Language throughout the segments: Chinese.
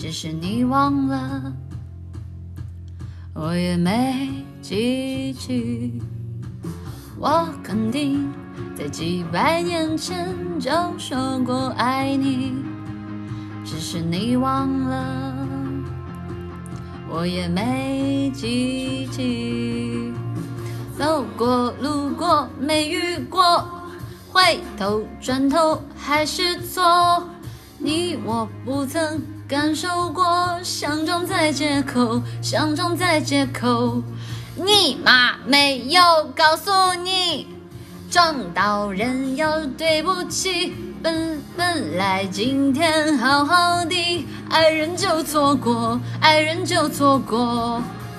只是你忘了，我也没记起。我肯定在几百年前就说过爱你，只是你忘了，我也没记起。走过路过没遇过，回头转头还是错，你我不曾感受过，想装在借口，想装在借口。你妈没有告诉你，撞到人要对不起，本来今天好好的，爱人就错过，爱人就错过。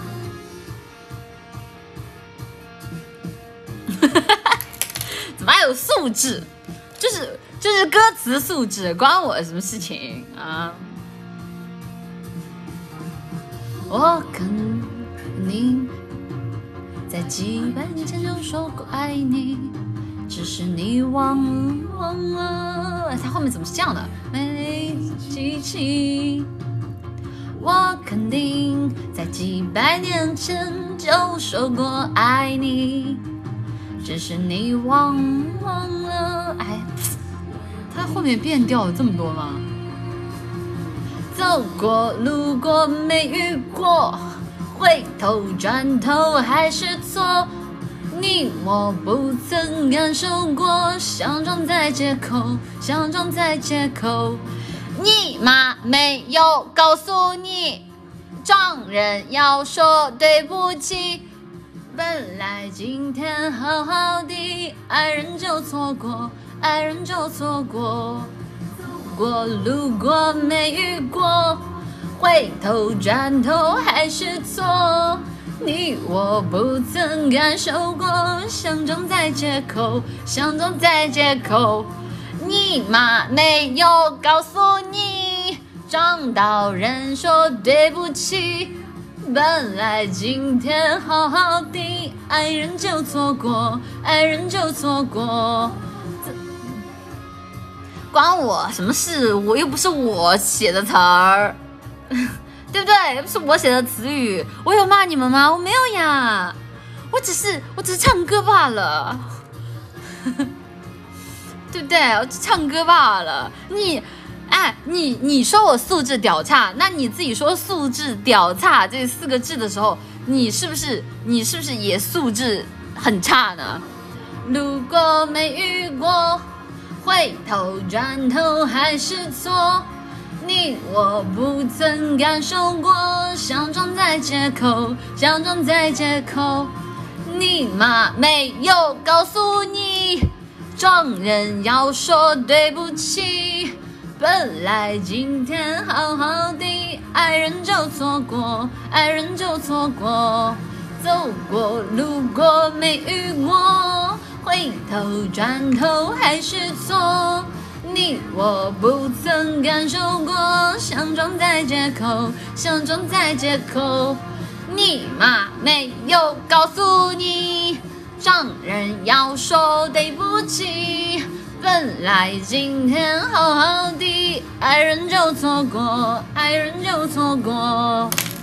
怎么还有素质？就是歌词素质，关我什么事情啊？我肯定在几百年前就说过爱你，只是你忘了。他后面怎么是这样的？没记起。我肯定在几百年前就说过爱你，只是你忘了。哎，他后面变调有这么多吗？走过路过没遇过，回头转头还是错，你我不曾感受过，想装在借口，想装在借口。你妈没有告诉你，撞人要说对不起，本来今天好好的，爱人就错过，爱人就错过。走过路过没遇过，回头转头还是错，你我不曾感受过，想装在借口，想装在借口。你妈没有告诉你，撞到人说对不起，本来今天好好的，爱人就错过，爱人就错过。关我什么事？我又不是我写的词儿，对不对？又不是我写的词语，我有骂你们吗？我没有呀，我只是唱歌罢了，对不对？我只唱歌罢了。你说我素质屌差，那你自己说素质屌差这4个字的时候，你是不是也素质很差呢？路过没遇过，回头转头还是错，你我不曾感受过，想装在借口，想装在借口。你妈没有告诉你，撞人要说对不起，本来今天好好的，爱人就错过，爱人就错过。走过路过没遇过，回头转头还是错，你我不曾感受过，想装在借口，想装在借口。你妈没有告诉你，撞人要说对不起，本来今天好好的，爱人就错过，爱人就错过。